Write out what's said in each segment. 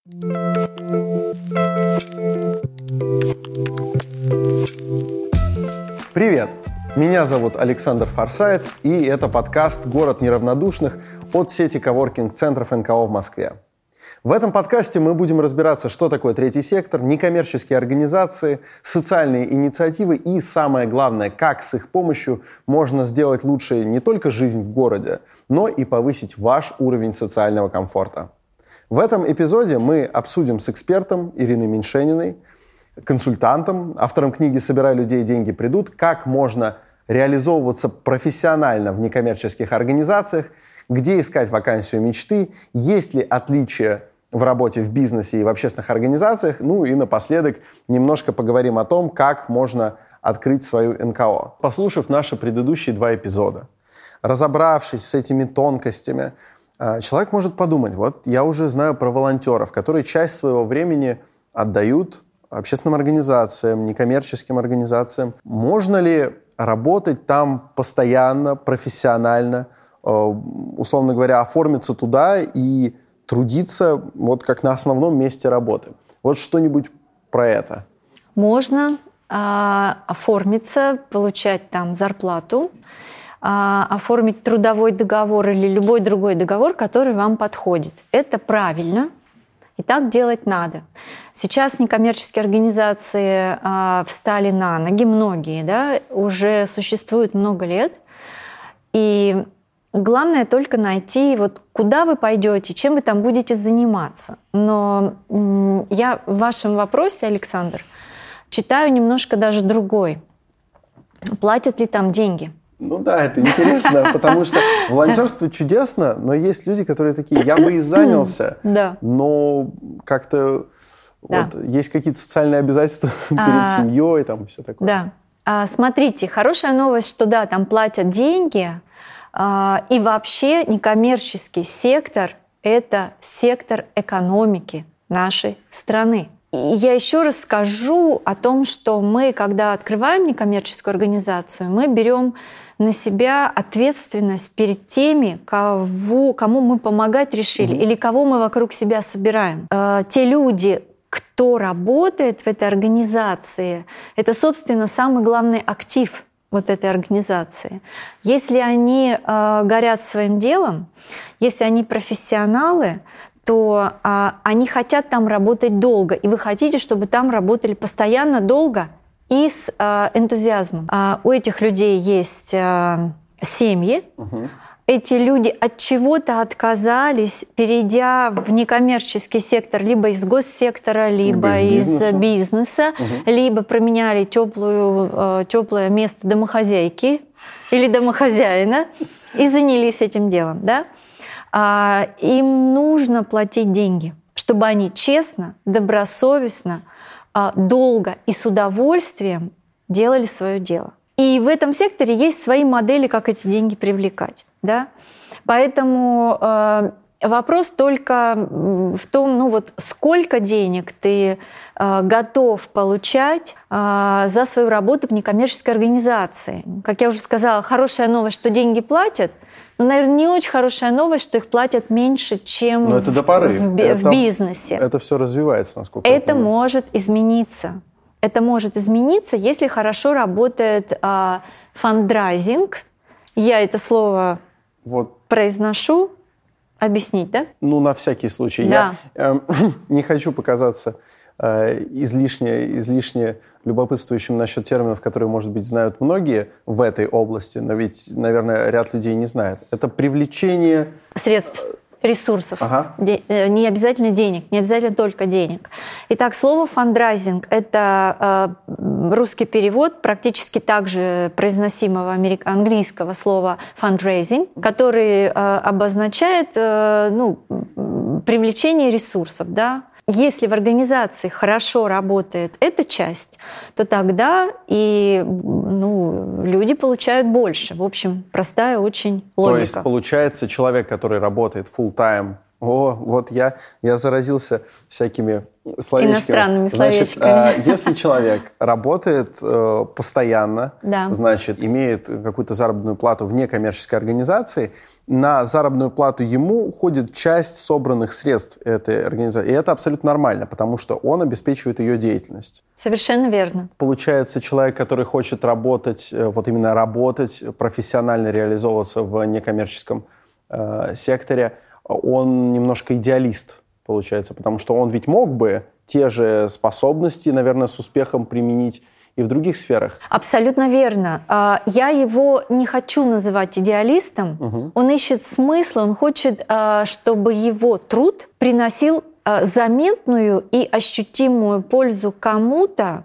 Привет! Меня зовут Александр Форсайт, и это подкаст «Город неравнодушных» от сети коворкинг-центров НКО в Москве. В этом подкасте мы будем разбираться, что такое третий сектор, некоммерческие организации, социальные инициативы и, самое главное, как с их помощью можно сделать лучше не только жизнь в городе, но и повысить ваш уровень социального комфорта. В этом эпизоде мы обсудим с экспертом Ириной Меньшениной, консультантом, автором книги «Собирай людей, деньги придут», как можно реализовываться профессионально в некоммерческих организациях, где искать вакансию мечты, есть ли отличия в работе в бизнесе и в общественных организациях, ну и напоследок немножко поговорим о том, как можно открыть свою НКО. Послушав наши предыдущие 2 эпизода, разобравшись с этими тонкостями, человек может подумать, вот я уже знаю про волонтеров, которые часть своего времени отдают общественным организациям, некоммерческим организациям. Можно ли работать там постоянно, профессионально, условно говоря, оформиться туда и трудиться вот как на основном месте работы? Вот что-нибудь про это. Можно оформиться, получать там зарплату, оформить трудовой договор или любой другой договор, который вам подходит. Это правильно, и так делать надо. Сейчас некоммерческие организации встали на ноги, многие, да, уже существуют много лет, и главное только найти, вот куда вы пойдете, чем вы там будете заниматься. Но я в вашем вопросе, Александр, читаю немножко даже другой. Платят ли там деньги? Ну да, это интересно, потому что волонтерство чудесно, но есть люди, которые такие, я бы и занялся, но как-то вот есть какие-то социальные обязательства перед семьей там, и все такое. Да. Смотрите, хорошая новость, что да, там платят деньги, и вообще некоммерческий сектор – это сектор экономики нашей страны. И я еще раз скажу о том, что мы, когда открываем некоммерческую организацию, мы берем на себя ответственность перед теми, кому мы помогать решили, или кого мы вокруг себя собираем. Те люди, кто работает в этой организации, это, собственно, самый главный актив вот этой организации. Если они горят своим делом, если они профессионалы, то они хотят там работать долго, и вы хотите, чтобы там работали постоянно, долго и с энтузиазмом. У этих людей есть семьи. Эти люди от чего-то отказались, перейдя в некоммерческий сектор либо из госсектора, либо из бизнеса, либо променяли теплое место домохозяйки или домохозяина и занялись этим делом. Да? Им нужно платить деньги, чтобы они честно, добросовестно, долго и с удовольствием делали свое дело. И в этом секторе есть свои модели, как эти деньги привлекать. Да? Поэтому вопрос только в том, ну вот сколько денег ты готов получать за свою работу в некоммерческой организации. Как я уже сказала, хорошая новость, что деньги платят, но, наверное, не очень хорошая новость, что их платят меньше, чем это до поры. в бизнесе. Это все развивается, насколько я понимаю. Это может измениться. Это может измениться, если хорошо работает фандрайзинг. Я это слово произношу. Объяснить, да? Ну, на всякий случай. Да. Я не хочу показаться излишне любопытствующим насчет терминов, которые, может быть, знают многие в этой области, но ведь, наверное, ряд людей не знает. Это привлечение средств, ресурсов. Не обязательно денег, не обязательно только денег. Итак, слово фандрайзинг – это русский перевод практически также произносимого английского слова fundraising, который обозначает привлечение ресурсов, да. Если в организации хорошо работает эта часть, то тогда и люди получают больше. В общем, простая очень логика. То есть, получается, человек, который работает full-time О, вот я заразился всякими словечками. Иностранными словечками. Значит, если человек работает постоянно, значит, имеет какую-то заработную плату в некоммерческой организации, на заработную плату ему уходит часть собранных средств этой организации. И это абсолютно нормально, потому что он обеспечивает ее деятельность. Совершенно верно. Получается, человек, который хочет работать, вот именно работать, профессионально реализовываться в некоммерческом секторе, он немножко идеалист, получается, потому что он ведь мог бы те же способности, наверное, с успехом применить и в других сферах. Абсолютно верно. Я его не хочу называть идеалистом. Угу. Он ищет смысл, он хочет, чтобы его труд приносил заметную и ощутимую пользу кому-то,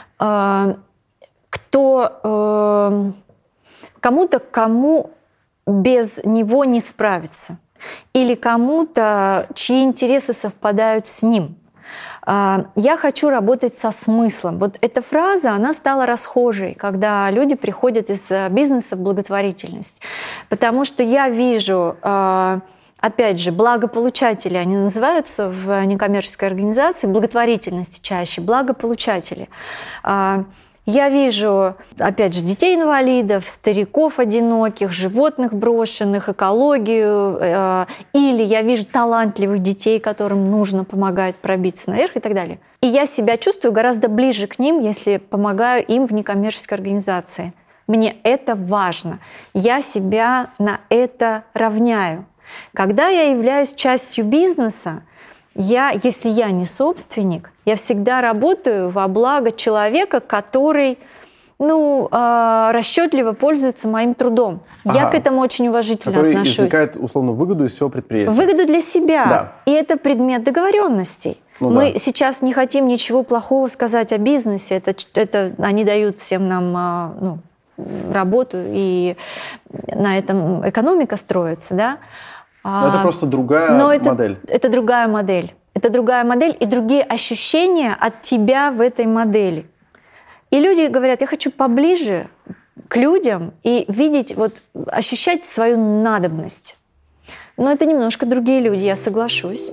кому без него не справиться. Или кому-то, чьи интересы совпадают с ним. Я хочу работать со смыслом. Вот эта фраза, она стала расхожей, когда люди приходят из бизнеса в благотворительность. Потому что я вижу, опять же, благополучатели, они называются в некоммерческой организации, благотворительности чаще, благополучатели. Я вижу, опять же, детей-инвалидов, стариков одиноких, животных брошенных, экологию, или я вижу талантливых детей, которым нужно помогать пробиться наверх и так далее. И я себя чувствую гораздо ближе к ним, если помогаю им в некоммерческой организации. Мне это важно. Я себя на это равняю. Когда я являюсь частью бизнеса, если я не собственник, я всегда работаю во благо человека, который расчетливо пользуется моим трудом. Я к этому очень уважительно отношусь. Который извлекает, условно, выгоду из всего предприятия. Выгоду для себя. Да. И это предмет договоренностей. Мы сейчас не хотим ничего плохого сказать о бизнесе. Это они дают всем нам работу, и на этом экономика строится, да? Но это просто другая модель. Это другая модель. Это другая модель и другие ощущения от тебя в этой модели. И люди говорят, я хочу поближе к людям и видеть, ощущать свою надобность. Но это немножко другие люди, я соглашусь.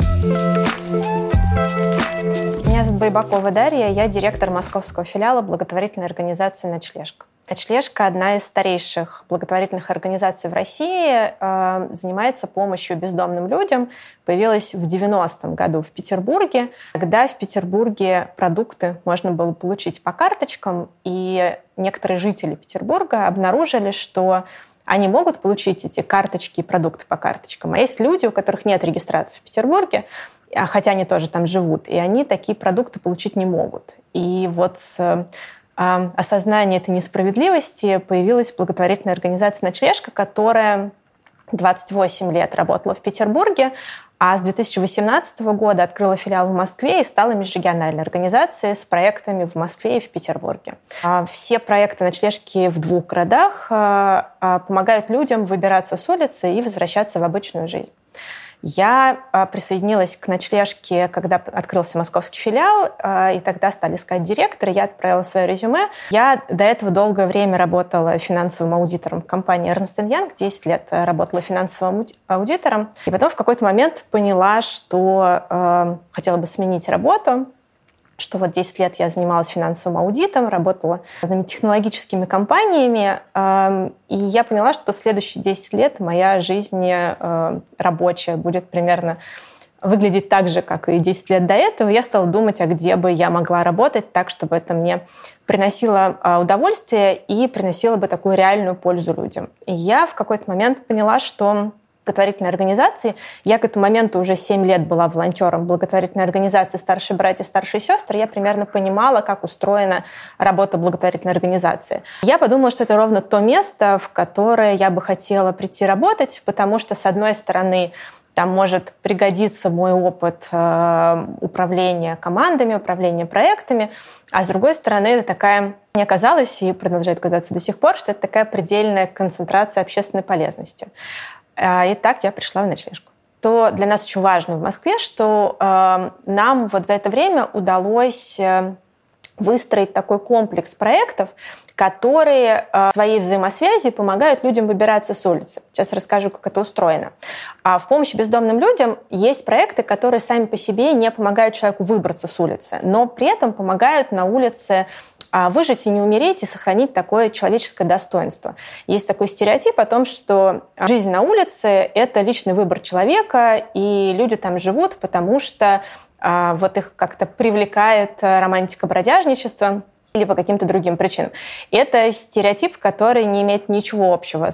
Меня зовут Байбакова Дарья, я директор московского филиала благотворительной организации «Ночлежка». «Ночлежка» — одна из старейших благотворительных организаций в России, занимается помощью бездомным людям. Появилась в 90-м году в Петербурге. Тогда в Петербурге продукты можно было получить по карточкам, и некоторые жители Петербурга обнаружили, что они могут получить эти карточки и продукты по карточкам. А есть люди, у которых нет регистрации в Петербурге, хотя они тоже там живут, и они такие продукты получить не могут. И вот с осознания этой несправедливости появилась благотворительная организация «Ночлежка», которая 28 лет работала в Петербурге, а с 2018 года открыла филиал в Москве и стала межрегиональной организацией с проектами в Москве и в Петербурге. Все проекты «Ночлежки» в 2 городах помогают людям выбираться с улицы и возвращаться в обычную жизнь. Я присоединилась к «Ночлежке», когда открылся московский филиал, и тогда стали искать директора. Я отправила свое резюме. Я до этого долгое время работала финансовым аудитором в компании Ernst & Young, 10 лет работала финансовым аудитором. И потом в какой-то момент поняла, что хотела бы сменить работу, что 10 лет я занималась финансовым аудитом, работала с разными технологическими компаниями, и я поняла, что следующие 10 лет моя жизнь рабочая будет примерно выглядеть так же, как и 10 лет до этого. Я стала думать, а где бы я могла работать так, чтобы это мне приносило удовольствие и приносило бы такую реальную пользу людям. И я в какой-то момент поняла, что благотворительной организации. Я к этому моменту уже 7 лет была волонтером благотворительной организации «Старшие братья, старшие сестры». Я примерно понимала, как устроена работа благотворительной организации. Я подумала, что это ровно то место, в которое я бы хотела прийти работать, потому что, с одной стороны, там может пригодиться мой опыт управления командами, управления проектами, а с другой стороны, это такая, мне казалось, и продолжает казаться до сих пор, что это такая предельная концентрация общественной полезности. И так я пришла в «Ночлежку». То для нас очень важно в Москве, что нам за это время удалось выстроить такой комплекс проектов, которые в своей взаимосвязи помогают людям выбираться с улицы. Сейчас расскажу, как это устроено. В помощи бездомным людям есть проекты, которые сами по себе не помогают человеку выбраться с улицы, но при этом помогают на улице выжить и не умереть, и сохранить такое человеческое достоинство. Есть такой стереотип о том, что жизнь на улице — это личный выбор человека, и люди там живут, потому что вот их как-то привлекает романтика бродяжничества или по каким-то другим причинам. И это стереотип, который не имеет ничего общего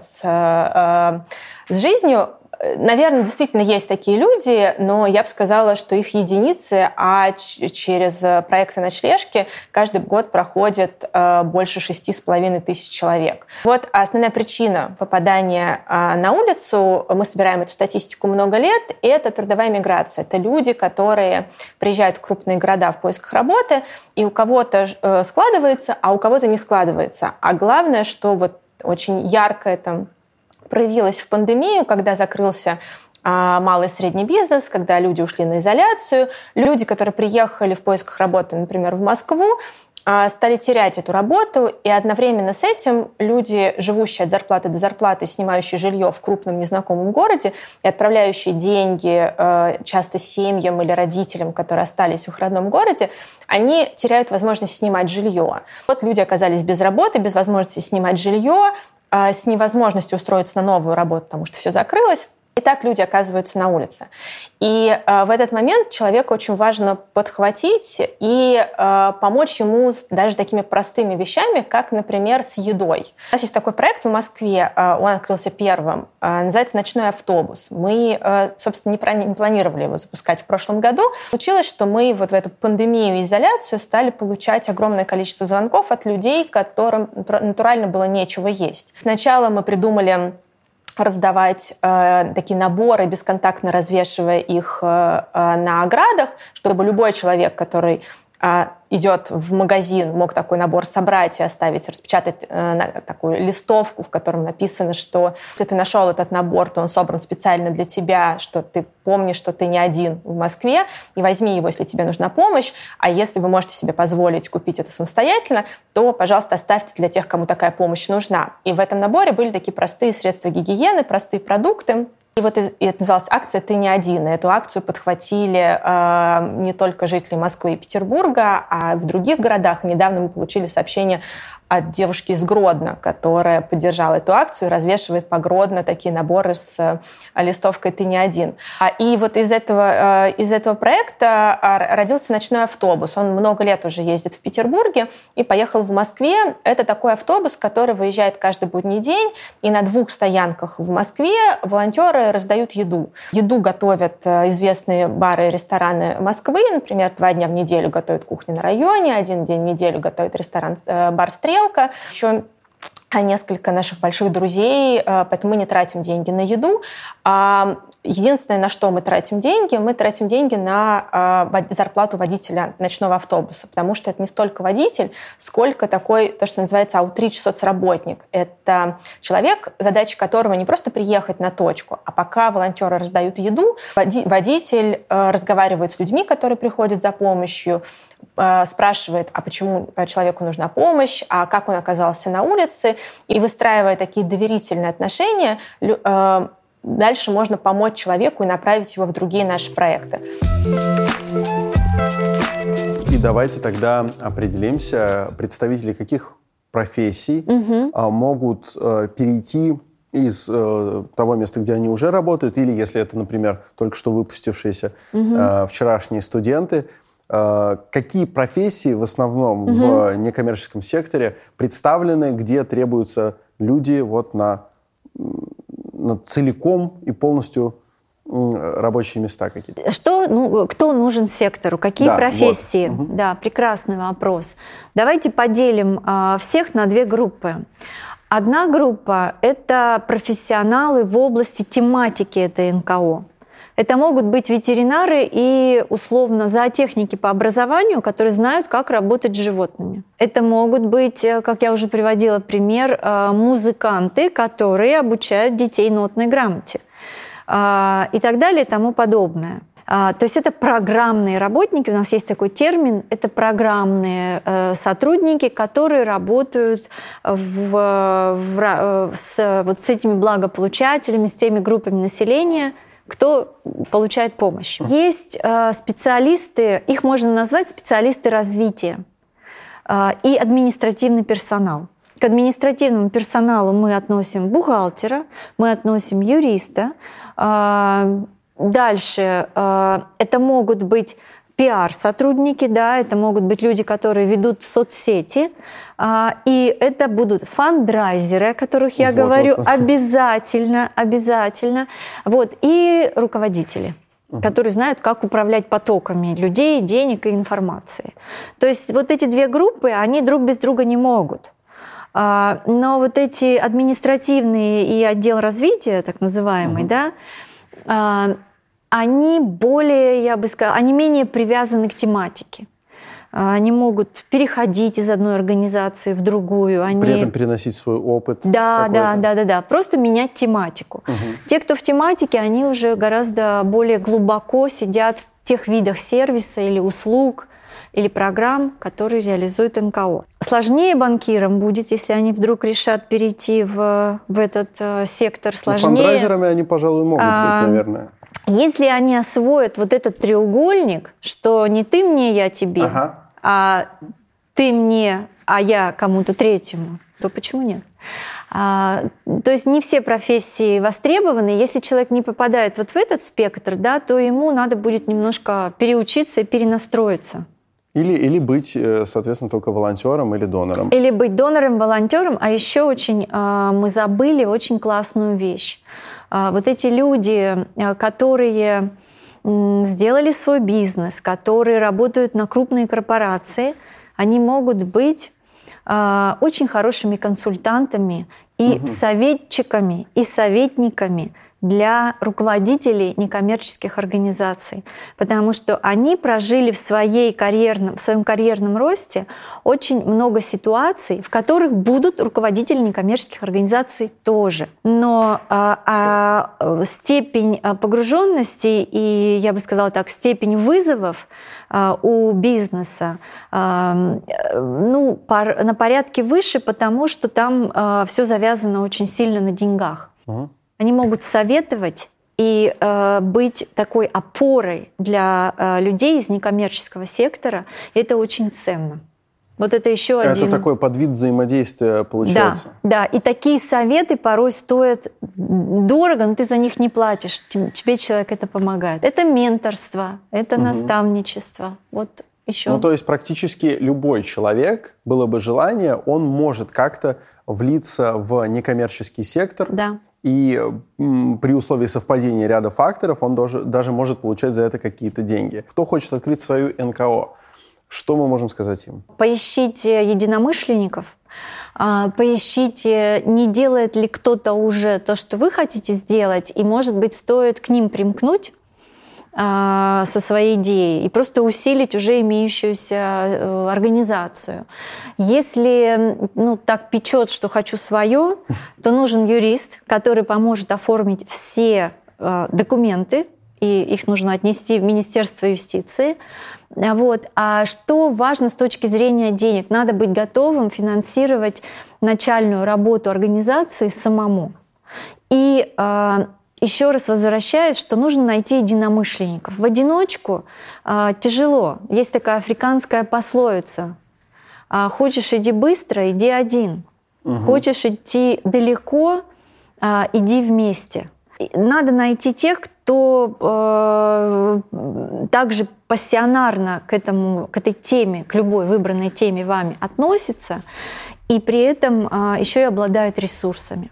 с жизнью. Наверное, действительно есть такие люди, но я бы сказала, что их единицы, а через проекты ночлежки каждый год проходит больше 6,5 тысяч человек. Вот основная причина попадания на улицу, мы собираем эту статистику много лет, это трудовая миграция. Это люди, которые приезжают в крупные города в поисках работы, и у кого-то складывается, а у кого-то не складывается. А главное, что вот очень ярко это проявилось в пандемию, когда закрылся малый и средний бизнес, когда люди ушли на изоляцию. Люди, которые приехали в поисках работы, например, в Москву, стали терять эту работу, и одновременно с этим люди, живущие от зарплаты до зарплаты, снимающие жилье в крупном незнакомом городе и отправляющие деньги часто семьям или родителям, которые остались в их родном городе, они теряют возможность снимать жилье. Вот люди оказались без работы, без возможности снимать жилье, с невозможностью устроиться на новую работу, потому что все закрылось. И так люди оказываются на улице. И в этот момент человеку очень важно подхватить и помочь ему даже такими простыми вещами, как, например, с едой. У нас есть такой проект в Москве, он открылся первым, называется «Ночной автобус». Мы, собственно, не планировали его запускать в прошлом году. Получилось, что мы вот в эту пандемию и изоляцию стали получать огромное количество звонков от людей, которым натурально было нечего есть. Сначала мы придумали раздавать такие наборы, бесконтактно развешивая их на оградах, чтобы любой человек, который идет в магазин, мог такой набор собрать и оставить, распечатать такую листовку, в котором написано, что если ты нашел этот набор, то он собран специально для тебя, что ты помнишь, что ты не один в Москве, и возьми его, если тебе нужна помощь, а если вы можете себе позволить купить это самостоятельно, то, пожалуйста, оставьте для тех, кому такая помощь нужна. И в этом наборе были такие простые средства гигиены, простые продукты. И вот это называлась акция «Ты не один». И эту акцию подхватили не только жители Москвы и Петербурга, а в других городах. Недавно мы получили сообщение от девушки из Гродно, которая поддержала эту акцию и развешивает по Гродно такие наборы с листовкой «Ты не один». И вот из этого проекта родился «Ночной автобус». Он много лет уже ездит в Петербурге и поехал в Москве. Это такой автобус, который выезжает каждый будний день, и на 2 стоянках в Москве волонтеры раздают еду. Еду готовят известные бары и рестораны Москвы. Например, 2 дня в неделю готовят кухню на районе, 1 день в неделю готовит бар «Стрелка». Еще несколько наших больших друзей, поэтому мы не тратим деньги на еду. Единственное, на что мы тратим деньги на зарплату водителя ночного автобуса, потому что это не столько водитель, сколько такой, то, что называется аутрич-соцработник. Это человек, задача которого не просто приехать на точку, а пока волонтеры раздают еду, водитель разговаривает с людьми, которые приходят за помощью, спрашивает, а почему человеку нужна помощь, а как он оказался на улице, и выстраивая такие доверительные отношения, дальше можно помочь человеку и направить его в другие наши проекты. И давайте тогда определимся, представители каких профессий могут перейти из того места, где они уже работают, или если это, например, только что выпустившиеся вчерашние студенты, какие профессии в основном в некоммерческом секторе представлены, где требуются люди вот на целиком и полностью рабочие места какие-то? Кто нужен сектору? Какие профессии? Вот. Да, прекрасный вопрос. Давайте поделим всех на 2 группы. Одна группа – это профессионалы в области тематики этой НКО. Это могут быть ветеринары и, условно, зоотехники по образованию, которые знают, как работать с животными. Это могут быть, как я уже приводила пример, музыканты, которые обучают детей нотной грамоте и так далее и тому подобное. То есть это программные работники, у нас есть такой термин, это программные сотрудники, которые работают с этими благополучателями, с теми группами населения, кто получает помощь. Есть специалисты, их можно назвать специалисты развития и административный персонал. К административному персоналу мы относим бухгалтера, мы относим юриста. Дальше это могут быть пиар-сотрудники, да, это могут быть люди, которые ведут соцсети, и это будут фандрайзеры, о которых я говорю, обязательно. И руководители, которые знают, как управлять потоками людей, денег и информации. То есть вот эти две группы, они друг без друга не могут. Но вот эти административные и отдел развития, так называемый, да, они более, я бы сказала, они менее привязаны к тематике. Они могут переходить из одной организации в другую. При этом переносить свой опыт. Да. Просто менять тематику. Те, кто в тематике, они уже гораздо более глубоко сидят в тех видах сервиса или услуг, или программ, которые реализует НКО. Сложнее банкирам будет, если они вдруг решат перейти в этот сектор. Сложнее. Фандрайзерами они, пожалуй, могут быть, наверное. Если они освоят вот этот треугольник, что не ты мне, я тебе, а ты мне, а я кому-то третьему, то почему нет? То есть не все профессии востребованы. Если человек не попадает вот в этот спектр, да, то ему надо будет немножко переучиться и перенастроиться. Или быть, соответственно, только волонтером или донором. Или быть донором, волонтером. А еще мы забыли очень классную вещь. Вот эти люди, которые сделали свой бизнес, которые работают на крупные корпорации, они могут быть очень хорошими консультантами и советчиками, и советниками для руководителей некоммерческих организаций, потому что они прожили в своем карьерном росте очень много ситуаций, в которых будут руководители некоммерческих организаций тоже. Но степень погруженности и, я бы сказала так, степень вызовов у бизнеса на порядке выше, потому что там все завязано очень сильно на деньгах. Они могут советовать и быть такой опорой для людей из некоммерческого сектора. И это очень ценно. Вот это еще один... Это такой подвид взаимодействия получается. Да, и такие советы порой стоят дорого, но ты за них не платишь. Тебе человек это помогает. Это менторство, это наставничество. Вот еще. То есть практически любой человек, было бы желание, он может как-то влиться в некоммерческий сектор. Да. И при условии совпадения ряда факторов он даже может получать за это какие-то деньги. Кто хочет открыть свою НКО, что мы можем сказать им? Поищите единомышленников, поищите, не делает ли кто-то уже то, что вы хотите сделать, и, может быть, стоит к ним примкнуть со своей идеей и просто усилить уже имеющуюся организацию. Если так печет, что хочу свое, то нужен юрист, который поможет оформить все документы, и их нужно отнести в Министерство юстиции. А что важно с точки зрения денег? Надо быть готовым финансировать начальную работу организации самому. И еще раз возвращаюсь, что нужно найти единомышленников. В одиночку тяжело. Есть такая африканская пословица: «Хочешь иди быстро, иди один. Хочешь идти далеко, иди вместе». Надо найти тех, кто также пассионарно к этой теме, к любой выбранной теме вами относится, и при этом еще и обладает ресурсами.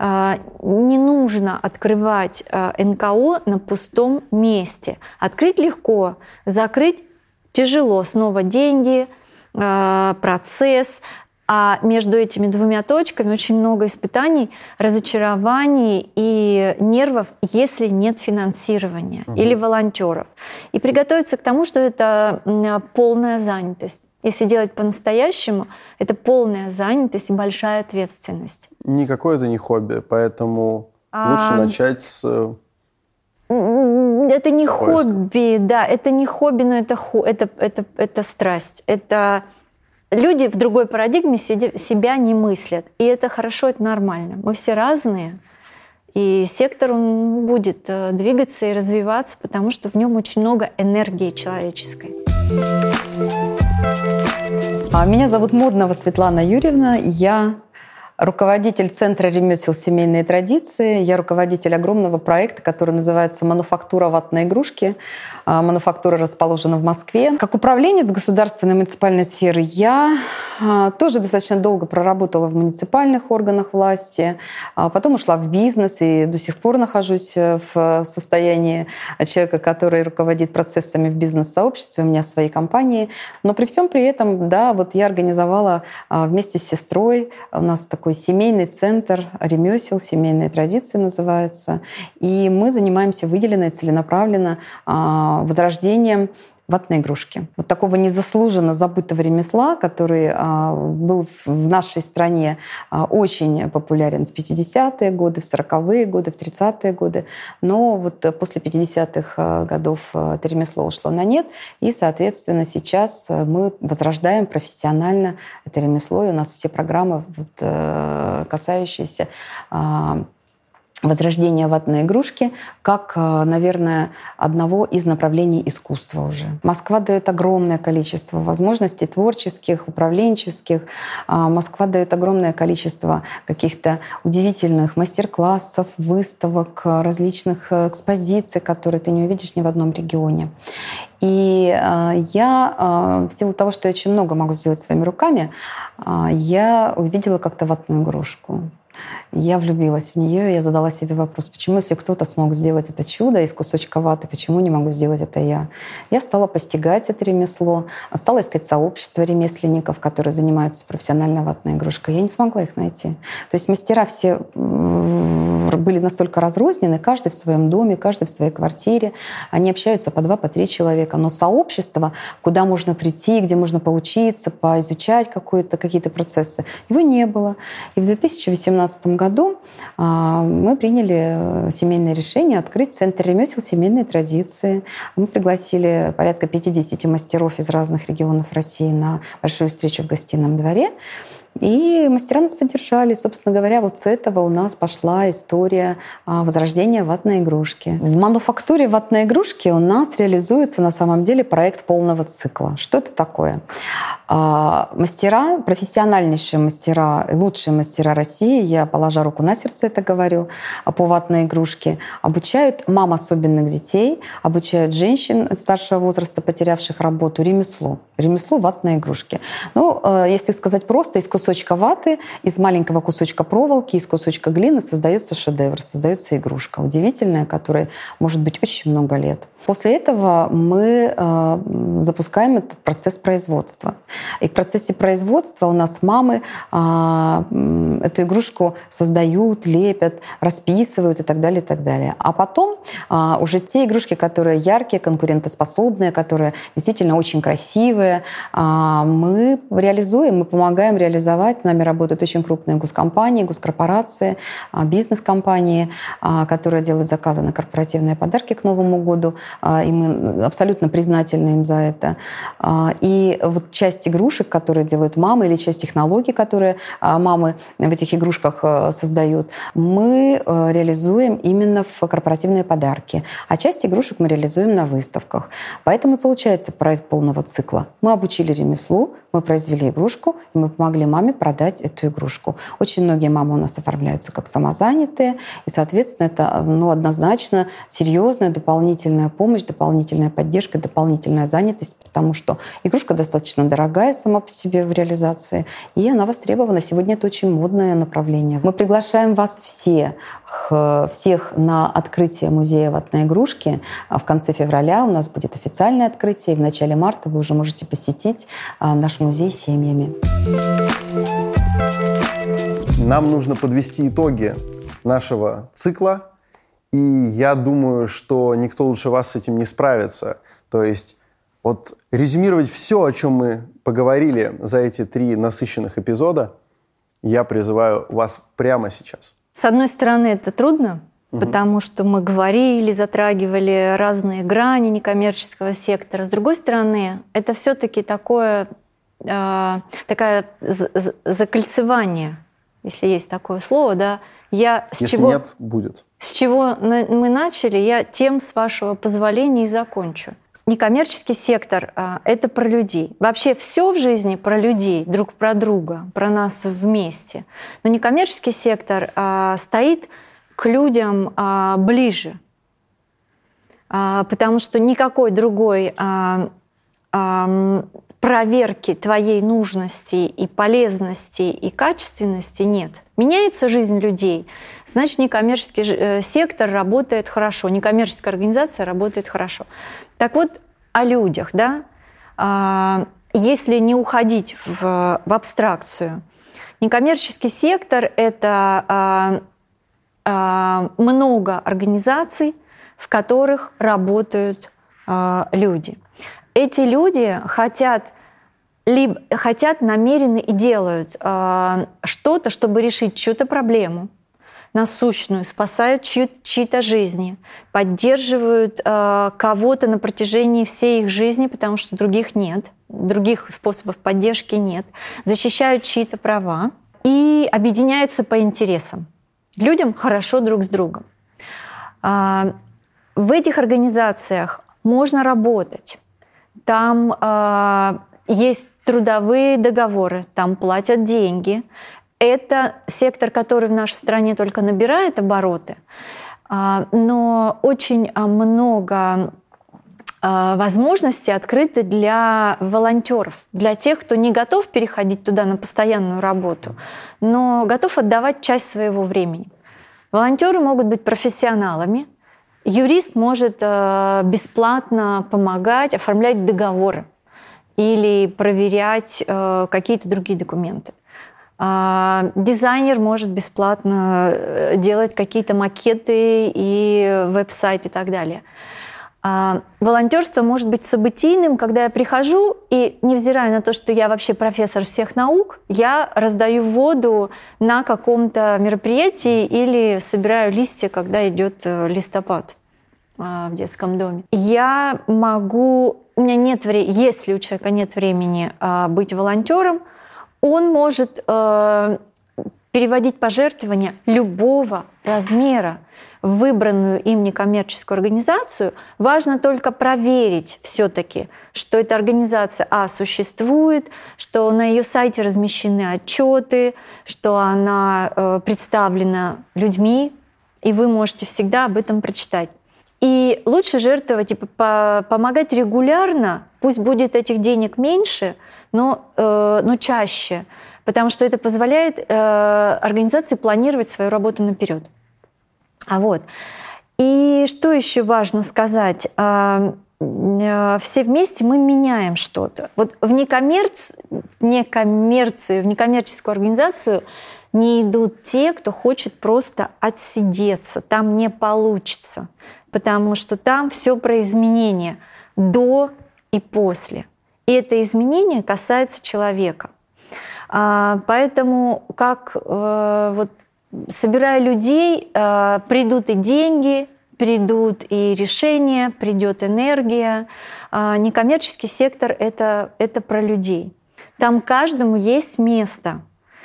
Не нужно открывать НКО на пустом месте. Открыть легко, закрыть тяжело. Снова деньги, процесс. А между этими двумя точками очень много испытаний, разочарований и нервов, если нет финансирования или волонтеров. И приготовиться к тому, что это полная занятость. Если делать по-настоящему, это полная занятость и большая ответственность. Никакое это не хобби, поэтому лучше начать с... Это не хобби, да, это не хобби, но это страсть. Это люди в другой парадигме себя не мыслят. И это хорошо, это нормально. Мы все разные. И сектор он будет двигаться и развиваться, потому что в нем очень много энергии человеческой. Меня зовут Моднова Светлана Юрьевна. Я руководитель Центра ремесел «Семейные традиции». Я руководитель огромного проекта, который называется «Мануфактура ватной игрушки». Мануфактура расположена в Москве. Как управленец государственной муниципальной сферы я тоже достаточно долго проработала в муниципальных органах власти. Потом ушла в бизнес и до сих пор нахожусь в состоянии человека, который руководит процессами в бизнес-сообществе. У меня свои компании. Но при всем при этом, да, вот я организовала вместе с сестрой, у нас такой семейный центр ремесел, «Семейные традиции» называется. И мы занимаемся выделенно и целенаправленно возрождением ватной игрушки. Вот такого незаслуженно забытого ремесла, который был в нашей стране очень популярен в 50-е годы, в 40-е годы, в 30-е годы. Но вот после 50-х годов это ремесло ушло на нет. И, соответственно, сейчас мы возрождаем профессионально это ремесло. И у нас все программы, касающиеся возрождение ватной игрушки как, наверное, одного из направлений искусства уже. Москва дает огромное количество возможностей творческих, управленческих. Москва дает огромное количество каких-то удивительных мастер-классов, выставок, различных экспозиций, которые ты не увидишь ни в одном регионе. И я, в силу того, что я очень много могу сделать своими руками, я увидела как-то ватную игрушку. Я влюбилась в нее, и я задала себе вопрос, почему, если кто-то смог сделать это чудо из кусочка ваты, почему не могу сделать это я? Я стала постигать это ремесло, стала искать сообщество ремесленников, которые занимаются профессионально ватной игрушкой. Я не смогла их найти. То есть мастера все были настолько разрознены, каждый в своем доме, каждый в своей квартире. Они общаются по 2, по 3 человека. Но сообщество, куда можно прийти, где можно поучиться, поизучать какие-то процессы, его не было. И в 2018 году мы приняли семейное решение открыть Центр ремесел «Семейные традиции». Мы пригласили порядка 50 мастеров из разных регионов России на большую встречу в гостином дворе. И мастера нас поддержали. Собственно говоря, вот с этого у нас пошла история возрождения ватной игрушки. В мануфактуре ватной игрушки у нас реализуется на самом деле проект полного цикла. Что это такое? Мастера, профессиональнейшие мастера, лучшие мастера России, я, положа руку на сердце это говорю, по ватной игрушке, обучают мам особенных детей, обучают женщин старшего возраста, потерявших работу, ремеслу ватной игрушки. Ну, если сказать просто, из кусочка ваты, из маленького кусочка проволоки, из кусочка глины создается шедевр, создается игрушка удивительная, которой может быть очень много лет. После этого мы запускаем этот процесс производства. И в процессе производства у нас мамы эту игрушку создают, лепят, расписывают и так далее, и так далее. А потом уже те игрушки, которые яркие, конкурентоспособные, которые действительно очень красивые, мы реализуем, мы помогаем реализовать. С нами работают очень крупные госкомпании, госкорпорации, бизнес-компании, которые делают заказы на корпоративные подарки к Новому году. И мы абсолютно признательны им за это. И вот часть игрушек, которые делают мамы, или часть технологий, которые мамы в этих игрушках создают, мы реализуем именно в корпоративные подарки. А часть игрушек мы реализуем на выставках. Поэтому и получается проект полного цикла. Мы обучили ремеслу, мы произвели игрушку, и мы помогли маме продать эту игрушку. Очень многие мамы у нас оформляются как самозанятые, и, соответственно, это однозначно серьезная дополнительная помощь, дополнительная поддержка, дополнительная занятость, потому что игрушка достаточно дорогая сама по себе в реализации, и она востребована. Сегодня это очень модное направление. Мы приглашаем вас всех на открытие музея ватной игрушки. В конце февраля у нас будет официальное открытие, и в начале марта вы уже можете посетить наш музей семьями. Нам нужно подвести итоги нашего цикла, и я думаю, что никто лучше вас с этим не справится. То есть вот резюмировать все, о чем мы поговорили за эти 3 насыщенных эпизода, я призываю вас прямо сейчас. С одной стороны, это трудно, потому что мы говорили, затрагивали разные грани некоммерческого сектора. С другой стороны, это все-таки такое закольцевание, если есть такое слово, да. Если нет, будет. С чего мы начали, я тем, с вашего позволения, и закончу. Некоммерческий сектор — это про людей. Вообще все в жизни про людей, друг про друга, про нас вместе. Но некоммерческий сектор стоит к людям ближе, потому что никакой другой проверки твоей нужности и полезности и качественности нет. Меняется жизнь людей, значит, некоммерческий сектор работает хорошо, некоммерческая организация работает хорошо. Так вот, о людях, да, если не уходить в абстракцию, некоммерческий сектор — это много организаций, в которых работают люди. Эти люди хотят намеренно и делают что-то, чтобы решить чью-то проблему насущную, спасают чьи-то жизни, поддерживают кого-то на протяжении всей их жизни, потому что других нет, других способов поддержки нет, защищают чьи-то права и объединяются по интересам. Людям хорошо друг с другом. В этих организациях можно работать. Там есть трудовые договоры, там платят деньги. Это сектор, который в нашей стране только набирает обороты, но очень много возможностей открыты для волонтеров, для тех, кто не готов переходить туда на постоянную работу, но готов отдавать часть своего времени. Волонтеры могут быть профессионалами. Юрист может бесплатно помогать оформлять договоры или проверять какие-то другие документы. Дизайнер может бесплатно делать какие-то макеты и веб-сайт и так далее. Волонтерство может быть событийным, когда я прихожу, и невзирая на то, что я вообще профессор всех наук, я раздаю воду на каком-то мероприятии или собираю листья, когда идет листопад в детском доме. Я могу, если у человека нет времени быть волонтером, он может переводить пожертвования любого размера в выбранную им некоммерческую организацию. Важно только проверить все-таки, что эта организация существует, что на ее сайте размещены отчеты, что она представлена людьми, и вы можете всегда об этом прочитать. И лучше жертвовать, помогать регулярно, пусть будет этих денег меньше, но чаще, потому что это позволяет организации планировать свою работу наперед. И что еще важно сказать? Все вместе мы меняем что-то. Вот в некоммерческую организацию не идут те, кто хочет просто отсидеться. Там не получится, потому что там все про изменения до и после. И это изменение касается человека. Поэтому, собирая людей, придут и деньги, придут и решения, придет энергия. Некоммерческий сектор — это про людей. Там каждому есть место.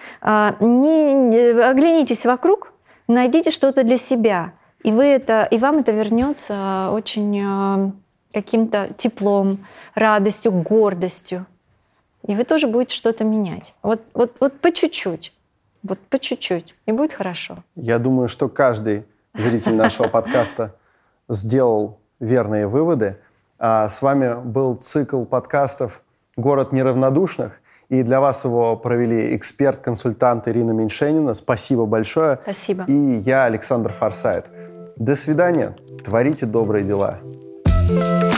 Оглянитесь вокруг, найдите что-то для себя, и вам это вернется очень каким-то теплом, радостью, гордостью. И вы тоже будете что-то менять. Вот по чуть-чуть. Вот по чуть-чуть. И будет хорошо. Я думаю, что каждый зритель нашего подкаста сделал верные выводы. С вами был цикл подкастов «Город неравнодушных». И для вас его провели эксперт-консультант Ирина Меньшенина. Спасибо большое. Спасибо. И я, Александр Форсайт. До свидания. Творите добрые дела.